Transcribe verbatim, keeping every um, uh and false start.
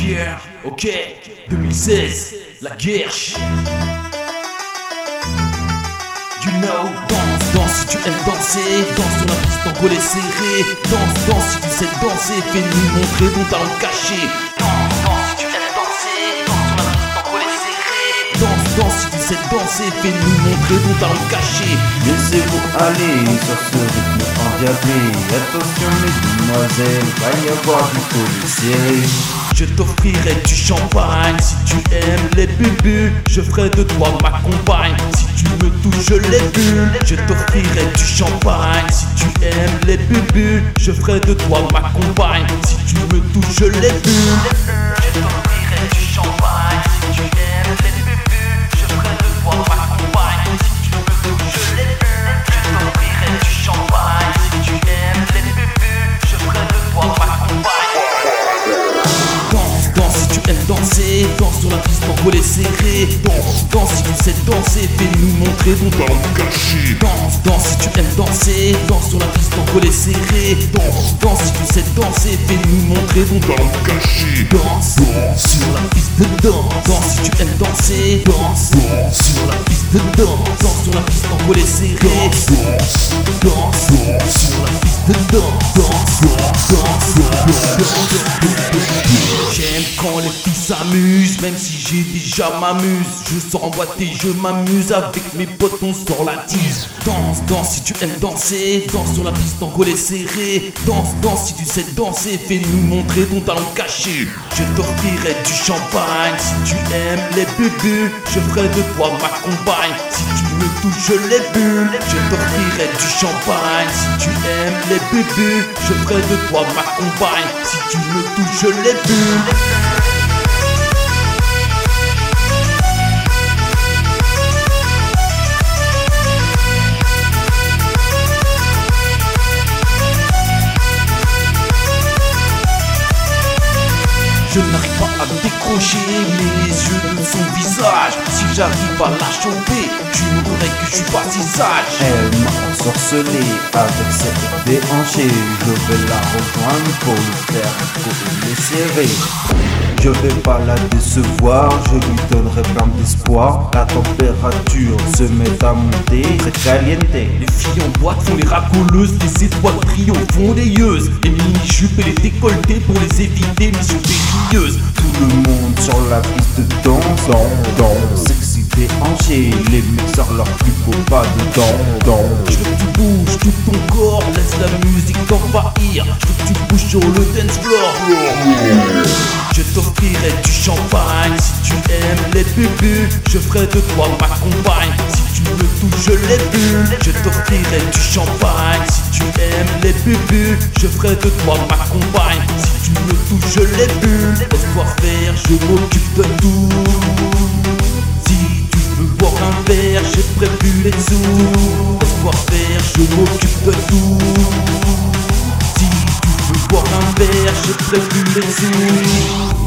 Yeah, ok, deux mille seize, la guerre. You know, danse, danse si tu aimes danser, danse sur la piste en collet serré. Danse, danse si tu sais danser, fais-nous montrer ton talent caché. Danse, danse si tu aimes danser, danse sur la piste en collet serré. Danse, danse si tu sais danser, fais-nous montrer ton talent caché. Laissez-vous aller sur ce rythme endiablé. Attention mesdemoiselles, va y avoir du collet serré. Je t'offrirai du champagne si tu aimes les bulles. Je ferai de toi ma compagne si tu me touches les bulles. Je t'offrirai du champagne si tu aimes les bulles. Je ferai de toi ma compagne si tu me touches les bulles. Je t'offrirai du champagne si tu aimes les bulles. Je ferai de toi ma compagne si tu me touches les bulles. Je t'offrirai du champagne si tu aimes les bulles. Je ferai de toi ma compagne. Danser, danse sur la piste en collet serré. Danse, danse si tu sais danser, fais-nous montrer ton talent caché. Danse, danse si tu aimes danser, danse sur la piste en collet serré. Danse, danse si tu sais danser, fais-nous montrer ton talent caché. Danse, danse sur la piste de danse. Danse si tu aimes danser, danse, danse sur la piste de danse. Danse sur la piste en collet serré. Danse, danse, danse sur la piste de danse. Danse, danse, danse, danse. J'aime quand les filles s'amusent, même si j'ai déjà m'amuse. Je sors en boîte et je m'amuse. Avec mes potes on sort la tise. Danse, danse si tu aimes danser. Danse sur la piste en collet serré. Danse, danse si tu sais danser. Fais-nous montrer ton talent caché. Je t'offrirai du champagne si tu aimes les bulles. Je ferai de toi ma compagne si tu me touches les bulles. Je t'offrirai du champagne si tu aimes les bulles. Je ferai de toi ma compagne si tu me touches les bulles. Je n'arrive pas à décrocher mes yeux de son visage. Si j'arrive à la choper, tu mourrais que je suis pas si sage. Elle m'a ensorcelé avec cette déhanchée. Je vais la rejoindre pour lui faire un collet serré. Je vais pas la décevoir, je lui donnerai plein d'espoir. La température se met à monter, très caliente. Les filles en boîte font les racoleuses, les étoiles brillent au fond des yeuses. Les mini-jupes et les décolletés pour les éviter, mission périlleuse. Tout le monde sur la piste de danse, danse, danse. Sexy déhanché, les mixeurs leur plus beau pas de danse, danse. Je veux que tu bouges tout ton corps, laisse la musique t'envahir. Je veux que tu bouges sur le dance floor. Je t'offrirai du champagne si tu aimes les bulles. Je ferai de toi ma compagne si tu me touches les bulles. Je t'offrirai du champagne si tu aimes les bulles. Je ferai de toi ma compagne si tu me touches les bulles. Laisse-moi faire, je m'occupe de tout. Si tu veux boire un verre, j'ai prévu les sous. Laisse-moi faire, je m'occupe de tout. Si tu veux boire un verre, j'ai prévu les sous.